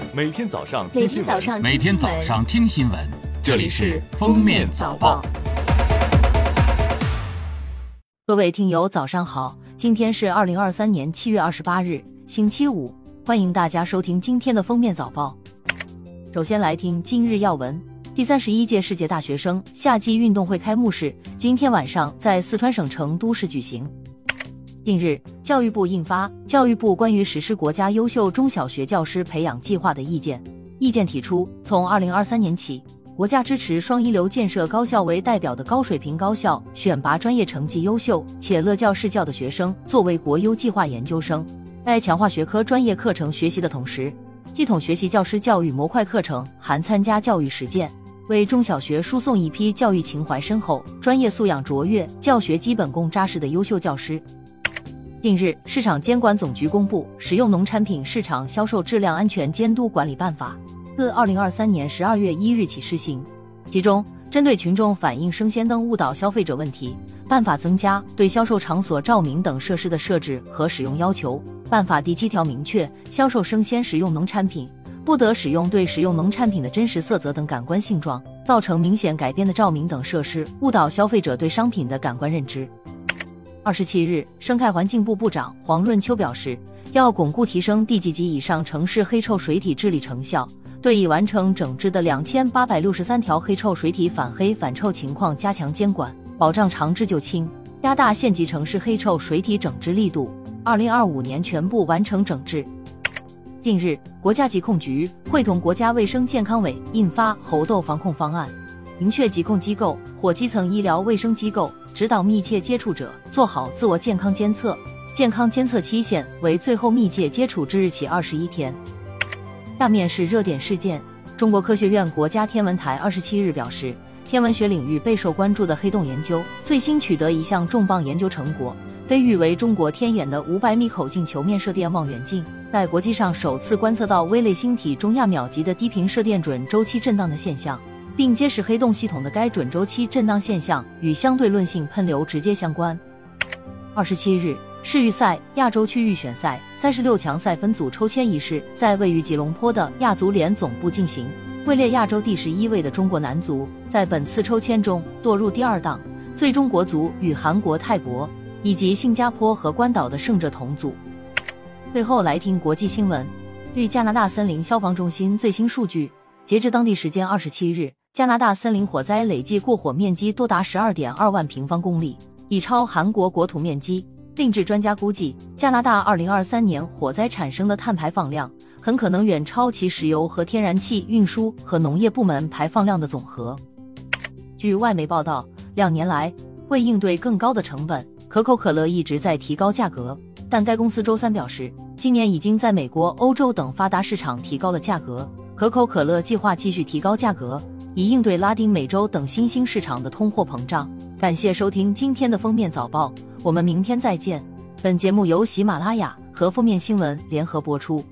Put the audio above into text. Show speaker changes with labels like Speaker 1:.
Speaker 1: 每天早上听新闻，
Speaker 2: 每天早上听新闻，这里是封面早报。
Speaker 3: 各位听友早上好，今天是2023年7月28日星期五，欢迎大家收听今天的封面早报。首先来听今日要闻。第31届世界大学生夏季运动会开幕式今天晚上在四川省成都市举行。近日，教育部印发《教育部关于实施国家优秀中小学教师培养计划的意见》。意见提出，从2023年起，国家支持双一流建设高校为代表的高水平高校选拔专业成绩优秀且乐教适教的学生作为国优计划研究生，在强化学科专业课程学习的同时，系统学习教师教育模块课程，含参加教育实践，为中小学输送一批教育情怀深厚、专业素养卓越、教学基本功扎实的优秀教师。近日，市场监管总局公布《食用农产品市场销售质量安全监督管理办法》，自2023年12月1日起施行。其中，针对群众反映生鲜等误导消费者问题，办法增加对销售场所照明等设施的设置和使用要求。办法第7条明确，销售生鲜食用农产品不得使用对食用农产品的真实色泽等感官性状造成明显改变的照明等设施，误导消费者对商品的感官认知。27日，生态环境部部长黄润秋表示，要巩固提升地级及以上城市黑臭水体治理成效，对已完成整治的2863条黑臭水体反黑反臭情况加强监管，保障长治久清，加大县级城市黑臭水体整治力度，2025年全部完成整治。近日，国家疾控局会同国家卫生健康委印发猴痘防控方案，明确疾控机构或基层医疗卫生机构指导密切接触者做好自我健康监测，健康监测期限为最后密切接触之日起21天。下面是热点事件。中国科学院国家天文台27日表示，天文学领域备受关注的黑洞研究最新取得一项重磅研究成果，被誉为中国天眼的500米口径球面射电望远镜，在国际上首次观测到微类星体中亚秒级的低频射电准周期震荡的现象，并揭示黑洞系统的该准周期震荡现象与相对论性喷流直接相关。27日，世预赛亚洲区预选赛36强赛分组抽签仪式在位于吉隆坡的亚足联总部进行。位列亚洲第11位的中国男足在本次抽签中堕入第2档，最终国足与韩国、泰国以及新加坡和关岛的胜者同组。最后来听国际新闻。据加拿大森林消防中心最新数据，截至当地时间27日，加拿大森林火灾累计过火面积多达 12.2 万平方公里，已超韩国国土面积。另据专家估计，加拿大2023年火灾产生的碳排放量很可能远超其石油和天然气运输和农业部门排放量的总和。据外媒报道，2年来，为应对更高的成本，可口可乐一直在提高价格，但该公司周三表示，今年已经在美国、欧洲等发达市场提高了价格。可口可乐计划继续提高价格，以应对拉丁美洲等新兴市场的通货膨胀。感谢收听今天的封面早报，我们明天再见。本节目由喜马拉雅和封面新闻联合播出。